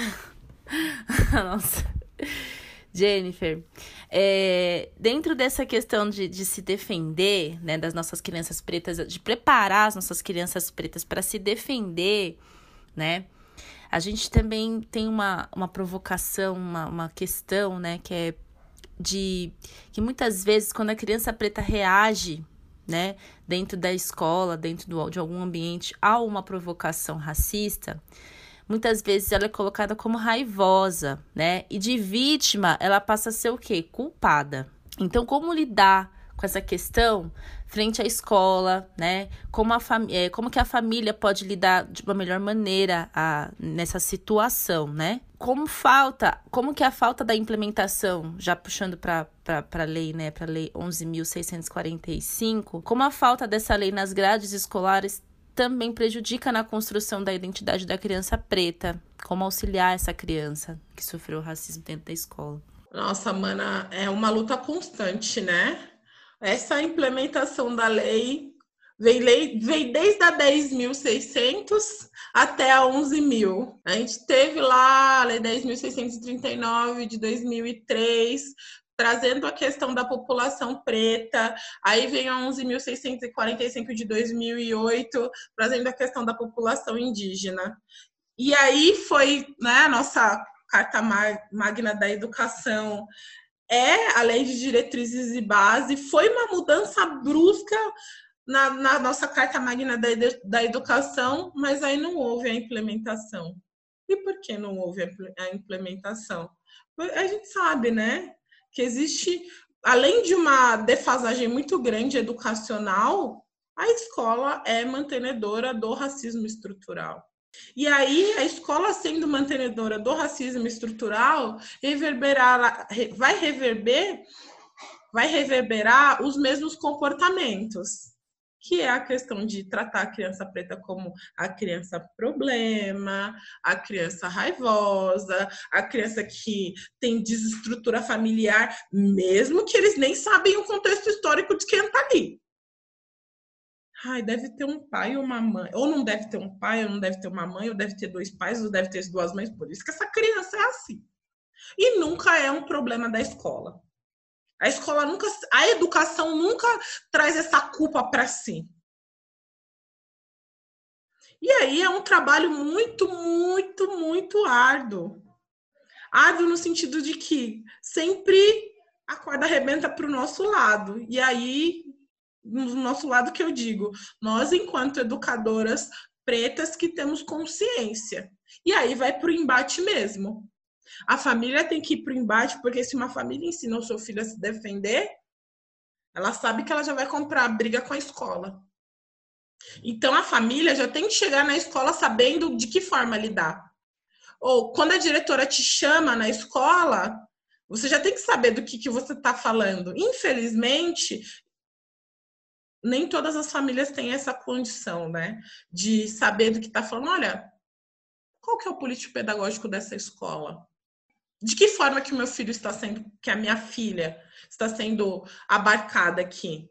Nossa. Jennifer, é, dentro dessa questão de, de se defender, né, das nossas crianças pretas, de preparar as nossas crianças pretas para se defender, né, a gente também tem uma, uma provocação, uma, uma questão, né, que é de que muitas vezes quando a criança preta reage, né, dentro da escola, dentro do, de algum ambiente, a uma provocação racista, muitas vezes ela é colocada como raivosa, né? E de vítima, ela passa a ser o quê? Culpada. Então, como lidar com essa questão frente à escola, né? Como, a fam- é, como que a família pode lidar de uma melhor maneira a, nessa situação, né? Como falta, como que a falta da implementação, já puxando para a lei, né? Para a lei onze mil seiscentos e quarenta e cinco, como a falta dessa lei nas grades escolares também prejudica na construção da identidade da criança preta. Como auxiliar essa criança que sofreu racismo dentro da escola? Nossa, mana, é uma luta constante, né? Essa implementação da lei vem, lei, vem desde a dez mil e seiscentos até a onze mil. A gente teve lá a lei dez mil seiscentos e trinta e nove de dois mil e três, trazendo a questão da população preta, aí vem a onze mil seiscentos e quarenta e cinco de dois mil e oito, trazendo a questão da população indígena. E aí foi, né, a nossa Carta Magna da Educação, é a Lei de Diretrizes e Base, foi uma mudança brusca na, na nossa Carta Magna da, da Educação, mas aí não houve a implementação. E por que não houve a implementação? A gente sabe, né, que existe, além de uma defasagem muito grande educacional, a escola é mantenedora do racismo estrutural. E aí, a escola sendo mantenedora do racismo estrutural, reverberar, vai, reverber, vai reverberar os mesmos comportamentos, que é a questão de tratar a criança preta como a criança problema, a criança raivosa, a criança que tem desestrutura familiar, mesmo que eles nem sabem o contexto histórico de quem está ali. Ai, deve ter um pai ou uma mãe. Ou não deve ter um pai, ou não deve ter uma mãe, ou deve ter dois pais, ou deve ter duas mães. Por isso que essa criança é assim. E nunca é um problema da escola. A escola nunca, a educação nunca traz essa culpa para si. E aí é um trabalho muito, muito, muito árduo. Árduo no sentido de que sempre a corda arrebenta para o nosso lado. E aí, no nosso lado que eu digo, nós, enquanto educadoras pretas, que temos consciência. E aí vai para o embate mesmo. A família tem que ir para o embate, porque se uma família ensina o seu filho a se defender, ela sabe que ela já vai comprar briga com a escola. Então, a família já tem que chegar na escola sabendo de que forma lidar. Ou, quando a diretora te chama na escola, você já tem que saber do que, que você está falando. Infelizmente, nem todas as famílias têm essa condição, né? De saber do que está falando. Olha, qual que é o político pedagógico dessa escola? De que forma que o meu filho está sendo, que a minha filha está sendo abarcada aqui?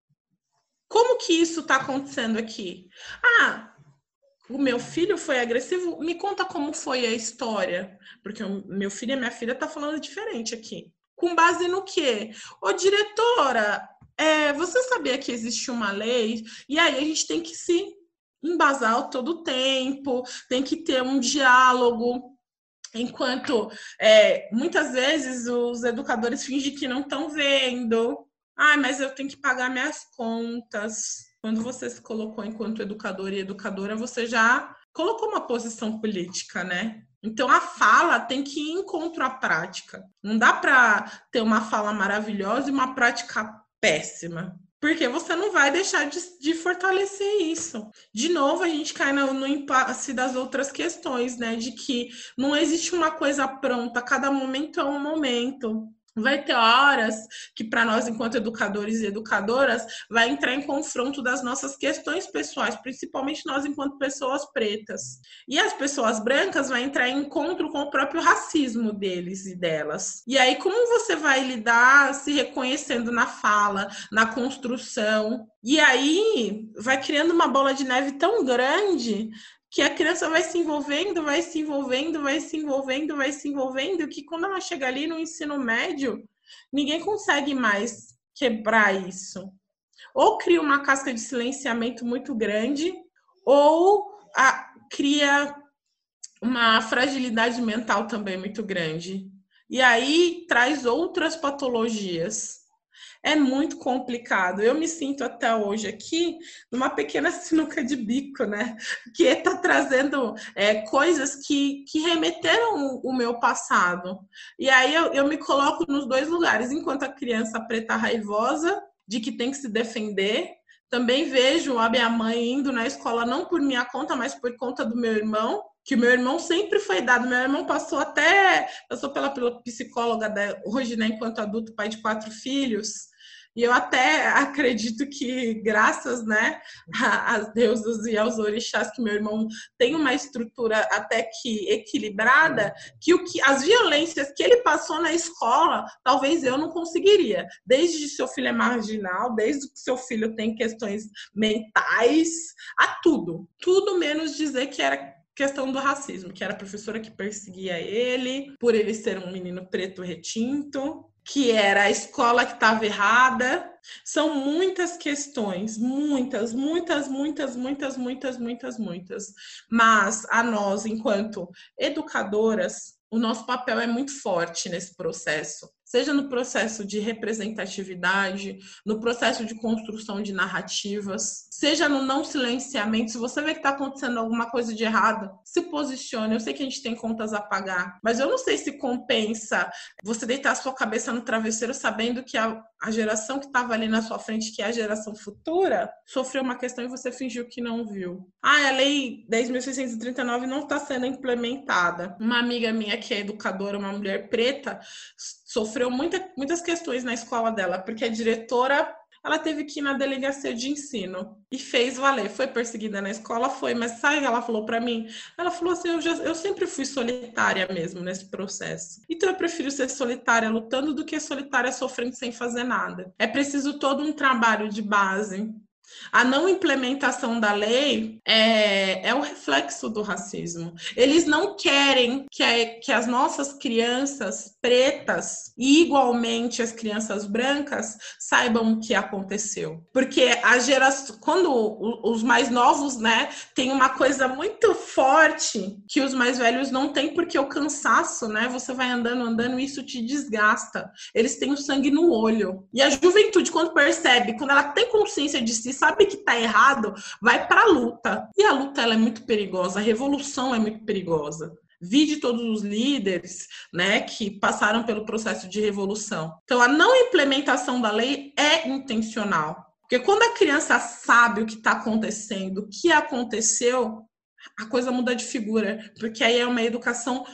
Como que isso está acontecendo aqui? Ah, o meu filho foi agressivo? Me conta como foi a história. Porque o meu filho e a minha filha estão falando diferente aqui. Com base no quê? Ô, diretora, é, você sabia que existe uma lei? E aí a gente tem que se embasar todo o tempo, tem que ter um diálogo. Enquanto é, muitas vezes os educadores fingem que não estão vendo. Ah, mas eu tenho que pagar minhas contas. Quando você se colocou enquanto educador e educadora, você já colocou uma posição política, né? Então, a fala tem que ir em contra a prática. Não dá para ter uma fala maravilhosa e uma prática péssima. Porque você não vai deixar de, de fortalecer isso. De novo, a gente cai no, no impasse das outras questões, né? De que não existe uma coisa pronta, cada momento é um momento. Vai ter horas que, para nós, enquanto educadores e educadoras, vai entrar em confronto das nossas questões pessoais, principalmente nós, enquanto pessoas pretas. E as pessoas brancas vão entrar em encontro com o próprio racismo deles e delas. E aí, como você vai lidar se reconhecendo na fala, na construção? E aí, vai criando uma bola de neve tão grande que a criança vai se envolvendo, vai se envolvendo, vai se envolvendo, vai se envolvendo, que quando ela chega ali no ensino médio, ninguém consegue mais quebrar isso. Ou cria uma casca de silenciamento muito grande, ou a, cria uma fragilidade mental também muito grande. E aí traz outras patologias. É muito complicado. Eu me sinto até hoje aqui numa pequena sinuca de bico, né? Que está trazendo é, coisas que, que remeteram o, o meu passado. E aí eu, eu me coloco nos dois lugares. Enquanto a criança preta raivosa, de que tem que se defender, também vejo a minha mãe indo na escola não por minha conta, mas por conta do meu irmão, que o meu irmão sempre foi dado. Meu irmão passou até... Eu sou pela, pela psicóloga da, hoje, né? Enquanto adulto, pai de quatro filhos. E eu até acredito que, graças, né, às deusas e aos orixás, que meu irmão tem uma estrutura até que equilibrada, que, o que as violências que ele passou na escola, talvez eu não conseguiria. Desde que seu filho é marginal, desde que seu filho tem questões mentais, a tudo. Tudo menos dizer que era questão do racismo, que era a professora que perseguia ele, por ele ser um menino preto retinto. que era a escola que estava errada. São muitas questões, muitas, muitas, muitas, muitas, muitas, muitas, muitas. Mas a nós, enquanto educadoras, o nosso papel é muito forte nesse processo. Seja no processo de representatividade, no processo de construção de narrativas, seja no não silenciamento. Se você vê que está acontecendo alguma coisa de errado, se posicione. Eu sei que a gente tem contas a pagar, mas eu não sei se compensa você deitar a sua cabeça no travesseiro sabendo que a, a geração que estava ali na sua frente, que é a geração futura, sofreu uma questão e você fingiu que não viu. Ah, a lei dez mil seiscentos e trinta e nove não está sendo implementada. Uma amiga minha que é educadora, uma mulher preta, sofreu muita, muitas questões na escola dela, porque a diretora, ela teve que ir na delegacia de ensino e fez valer. Foi perseguida na escola? Foi, mas sabe o que ela falou para mim? Ela falou assim, eu, já, eu sempre fui solitária mesmo nesse processo. Então eu prefiro ser solitária lutando do que solitária sofrendo sem fazer nada. É preciso todo um trabalho de base. A não implementação da lei é, é o reflexo do racismo. Eles não querem que, a, que as nossas crianças pretas e igualmente as crianças brancas saibam o que aconteceu. Porque a geração, quando os mais novos, né, tem uma coisa muito forte que os mais velhos não têm, porque o cansaço, né, você vai andando, andando e isso te desgasta. Eles têm o sangue no olho. E a juventude, quando percebe, quando ela tem consciência de si, sabe que tá errado, vai pra luta. E a luta, ela é muito perigosa, a revolução é muito perigosa. Vi de todos os líderes, né, que passaram pelo processo de revolução. Então, a não implementação da lei é intencional. Porque quando a criança sabe o que está acontecendo, o que aconteceu, a coisa muda de figura. Porque aí é uma educação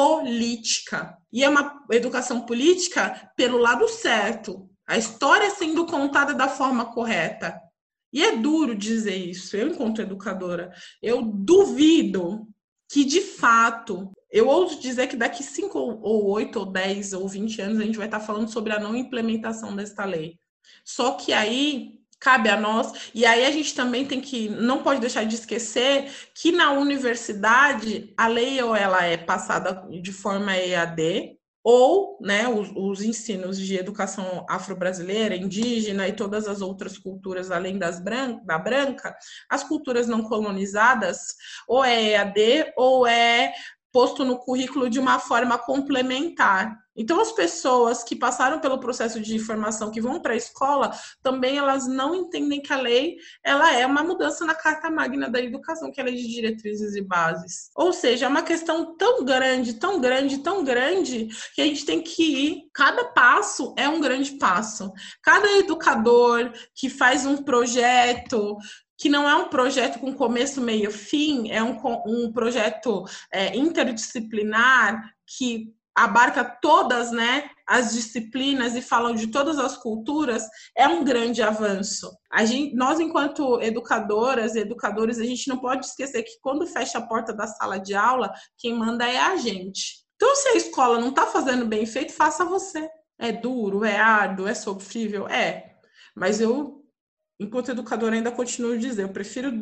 política. E é uma educação política pelo lado certo. A história sendo contada da forma correta. E é duro dizer isso. Eu, enquanto educadora, eu duvido que, de fato, eu ouso dizer que daqui cinco ou oito ou dez ou vinte anos a gente vai estar falando sobre a não implementação desta lei. Só que aí cabe a nós, e aí a gente também tem que, não pode deixar de esquecer que na universidade a lei ou ela é passada de forma E A D, ou, né, os, os ensinos de educação afro-brasileira, indígena e todas as outras culturas além das bran- da branca, as culturas não colonizadas, ou é E A D ou é posto no currículo de uma forma complementar. Então, as pessoas que passaram pelo processo de formação, que vão para a escola, também elas não entendem que a lei ela é uma mudança na Carta Magna da Educação, que é a Lei de Diretrizes e Bases. Ou seja, é uma questão tão grande, tão grande, tão grande, que a gente tem que ir, cada passo é um grande passo. Cada educador que faz um projeto, que não é um projeto com começo, meio, fim, é um, um projeto é, interdisciplinar que abarca todas, né, as disciplinas e falam de todas as culturas, é um grande avanço. A gente, nós, enquanto educadoras e educadores, a gente não pode esquecer que quando fecha a porta da sala de aula, quem manda é a gente. Então, se a escola não está fazendo bem feito, faça você. É duro, é árduo, é sofrível? É. Mas eu, enquanto educadora, ainda continuo a dizer, eu prefiro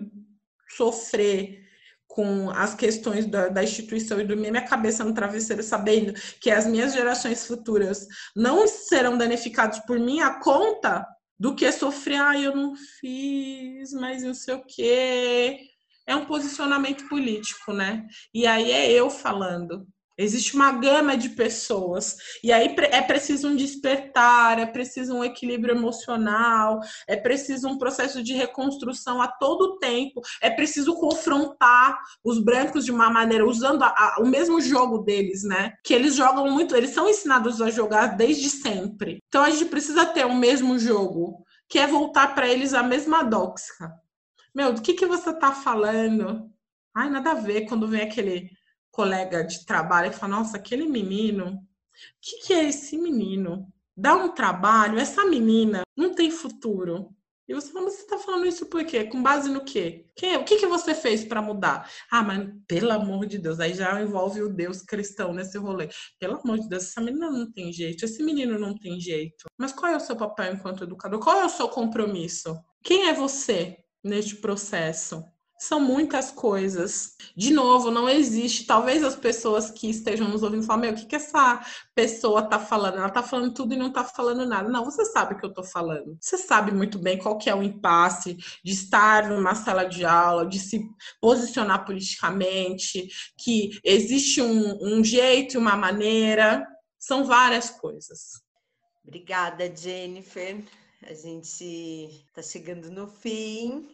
sofrer com as questões da, da instituição e dormir minha cabeça no travesseiro sabendo que as minhas gerações futuras não serão danificadas por minha conta, do que sofrer, ah, eu não fiz, mas não sei o quê. É um posicionamento político, né? E aí é eu falando. Existe uma gama de pessoas, e aí é preciso um despertar, é preciso um equilíbrio emocional, é preciso um processo de reconstrução a todo tempo, é preciso confrontar os brancos de uma maneira, usando a, a, o mesmo jogo deles, né? Que eles jogam muito, eles são ensinados a jogar desde sempre. Então a gente precisa ter o mesmo jogo, que é voltar para eles a mesma doxa. Meu, do que, que você tá falando? Ai, nada a ver quando vem aquele colega de trabalho e fala, nossa, aquele menino, o que, que é esse menino? Dá um trabalho, essa menina não tem futuro. E você fala, mas você tá falando isso por quê? Com base no quê? Quem, o que, que você fez para mudar? Ah, mas pelo amor de Deus, aí já envolve o Deus cristão nesse rolê. Pelo amor de Deus, essa menina não tem jeito, esse menino não tem jeito. Mas qual é o seu papel enquanto educador? Qual é o seu compromisso? Quem é você neste processo? São muitas coisas. De novo, não existe. Talvez as pessoas que estejam nos ouvindo falem, meu, o que, que essa pessoa tá falando? Ela tá falando tudo e não tá falando nada. Não, você sabe o que eu tô falando. Você sabe muito bem qual que é o impasse de estar numa sala de aula, de se posicionar politicamente, que existe um, um jeito e uma maneira. São várias coisas. Obrigada, Jennifer. A gente tá chegando no fim.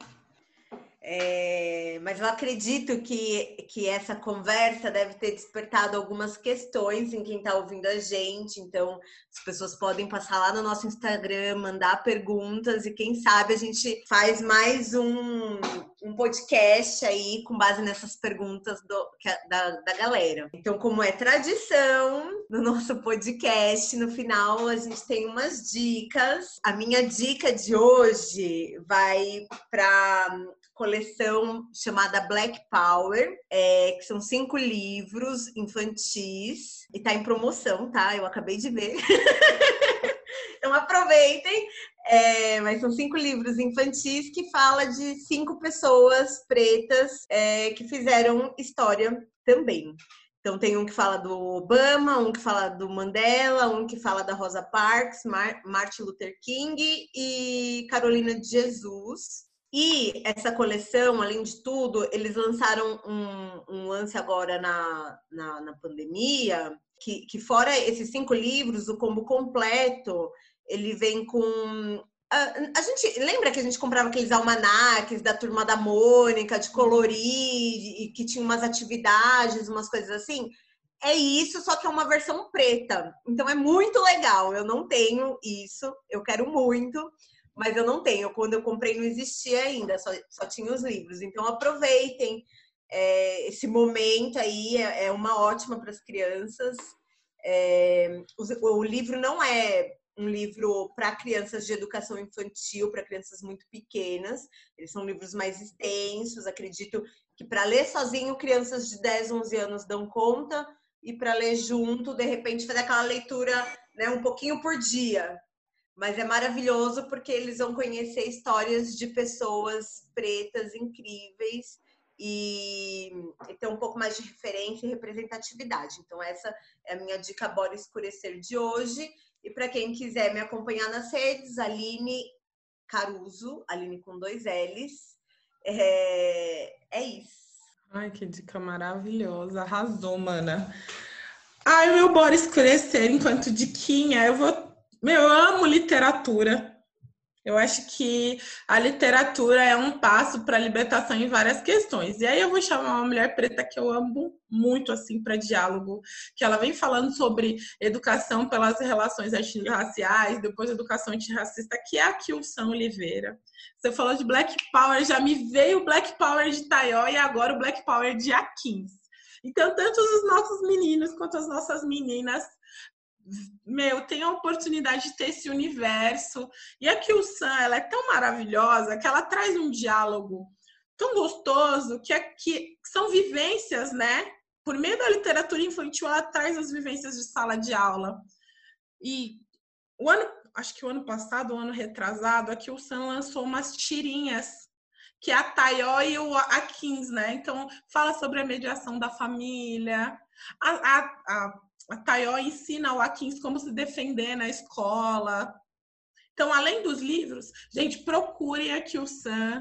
É, mas eu acredito que, que essa conversa deve ter despertado algumas questões em quem está ouvindo a gente. Então, as pessoas podem passar lá no nosso Instagram, mandar perguntas e quem sabe a gente faz mais um, um podcast aí com base nessas perguntas do, da, da galera. Então, como é tradição no nosso podcast, no final a gente tem umas dicas. A minha dica de hoje vai para coleção chamada Black Power, é, que são cinco livros infantis e tá em promoção, tá? Eu acabei de ver. Então aproveitem. É, mas são cinco livros infantis que fala de cinco pessoas pretas é, que fizeram história também. Então tem um que fala do Obama, um que fala do Mandela, um que fala da Rosa Parks, Mar- Martin Luther King e Carolina de Jesus. E essa coleção, além de tudo, eles lançaram um, um lance agora na, na, na pandemia, que, que fora esses cinco livros, o combo completo, ele vem com... A, a gente lembra que a gente comprava aqueles almanaques da Turma da Mônica, de colorir, e que tinha umas atividades, umas coisas assim? É isso, só que é uma versão preta. Então é muito legal. Eu não tenho isso, eu quero muito. Mas eu não tenho. Quando eu comprei não existia ainda, só, só tinha os livros. Então aproveitem é, esse momento aí, é, é uma ótima para as crianças. É, o, o livro não é um livro para crianças de educação infantil, para crianças muito pequenas. Eles são livros mais extensos. Acredito que para ler sozinho, crianças de dez, onze anos dão conta. E para ler junto, de repente, fazer aquela leitura, né, um pouquinho por dia. Mas é maravilhoso porque eles vão conhecer histórias de pessoas pretas incríveis e, e ter um pouco mais de referência e representatividade. Então essa é a minha dica Bora Escurecer de hoje. E para quem quiser me acompanhar nas redes, Aline Caruso, Aline com dois L's. É, é isso. Ai, que dica maravilhosa. Arrasou, mana. Ai, meu Bora Escurecer enquanto diquinha, eu vou... Meu, eu amo literatura. Eu acho que a literatura é um passo para a libertação em várias questões. E aí eu vou chamar uma mulher preta que eu amo muito, assim, para diálogo, que ela vem falando sobre educação pelas relações étnico-raciais, depois educação antirracista, que é a Kilson Oliveira. Você falou de Black Power, já me veio o Black Power de Taió e agora o Black Power de Akins. Então, tanto os nossos meninos quanto as nossas meninas, meu, tem a oportunidade de ter esse universo. E a Kilson, ela é tão maravilhosa que ela traz um diálogo tão gostoso que, é, que são vivências, né? Por meio da literatura infantil, ela traz as vivências de sala de aula. E o ano, acho que o ano passado, o ano retrasado, a Kilson lançou umas tirinhas, que é a Taió e o Akins, né? Então, fala sobre a mediação da família. A, a, a, a Taió ensina o Akins como se defender na escola. Então, além dos livros, gente, procurem a Kilson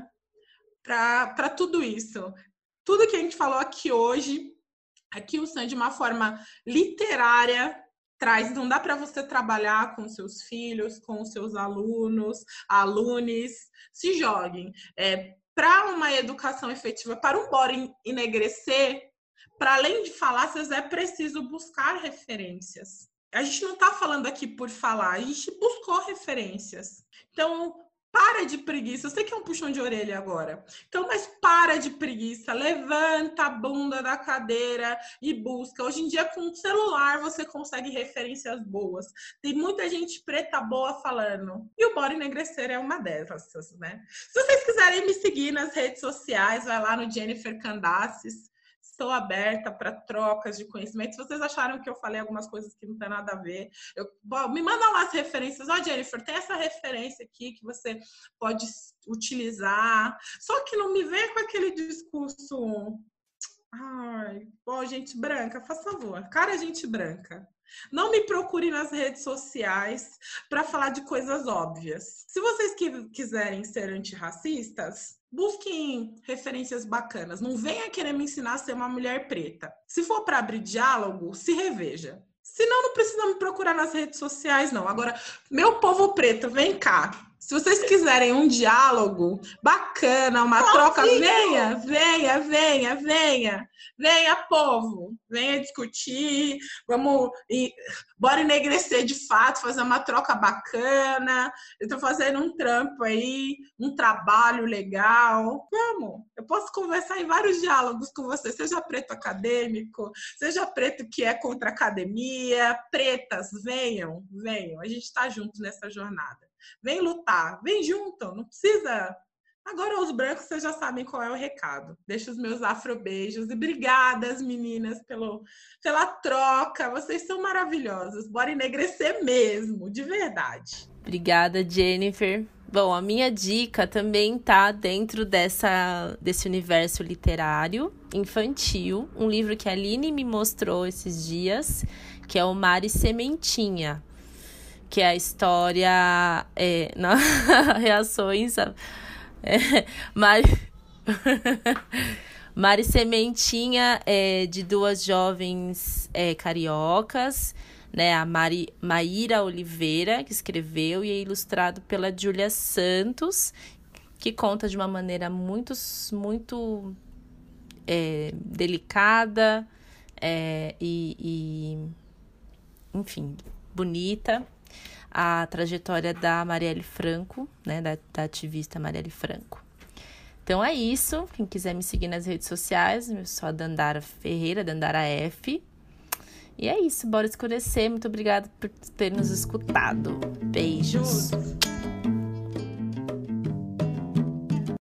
para tudo isso. Tudo que a gente falou aqui hoje, a Kilson, de uma forma literária, traz. Não dá para você trabalhar com seus filhos, com seus alunos, alunos. Se joguem. É, para uma educação efetiva, para um Bora Enegrecer, para além de falácias, é preciso buscar referências. A gente não está falando aqui por falar, a gente buscou referências. Então, para de preguiça. Eu sei que é um puxão de orelha agora. Então, mas para de preguiça. Levanta a bunda da cadeira e busca. Hoje em dia, com o celular, você consegue referências boas. Tem muita gente preta boa falando. E o Bora Enegrecer é uma dessas, né? Se vocês quiserem me seguir nas redes sociais, vai lá no Jennifer Candaces. Estou aberta para trocas de conhecimento. Se vocês acharam que eu falei algumas coisas que não tem nada a ver, eu, bom, me mandam lá as referências. Ó, oh, Jennifer, tem essa referência aqui que você pode utilizar. Só que não me vem com aquele discurso... Ai, ó, gente branca, faz favor. Cara, gente branca. Não me procure nas redes sociais para falar de coisas óbvias. Se vocês que, quiserem ser antirracistas, busquem referências bacanas. Não venha querer me ensinar a ser uma mulher preta. Se for para abrir diálogo, se reveja. Senão, não precisa me procurar nas redes sociais, não. Agora, meu povo preto, vem cá. Se vocês quiserem um diálogo bacana, uma troca, venha, venha, venha, venha. Venha, povo. Venha discutir. Vamos... Bora enegrecer de fato, fazer uma troca bacana. Eu tô fazendo um trampo aí, um trabalho legal. Vamos. Eu posso conversar em vários diálogos com você, seja preto acadêmico, seja preto que é contra a academia. Pretas, venham, venham. A gente tá junto nessa jornada. Vem lutar, vem junto, não precisa... Agora os brancos, vocês já sabem qual é o recado. Deixo os meus afrobeijos e obrigadas, meninas, pelo, pela troca. Vocês são maravilhosas. Bora enegrecer mesmo, de verdade. Obrigada, Jennifer. Bom, a minha dica também tá dentro dessa, desse universo literário infantil. Um livro que a Aline me mostrou esses dias, que é o Mar e Sementinha. Que é a história... É, não, reações... É, Mari... Mari Sementinha é de duas jovens é, cariocas, né? A Mari, Maíra Oliveira, que escreveu, e é ilustrado pela Júlia Santos, que conta de uma maneira muito, muito é, delicada é, e, e, enfim, bonita. A trajetória da Marielle Franco, né, da, da ativista Marielle Franco. Então é isso. Quem quiser me seguir nas redes sociais, eu sou a Dandara Ferreira, Dandara F. E é isso, bora escurecer. Muito obrigada por ter nos escutado. Beijos.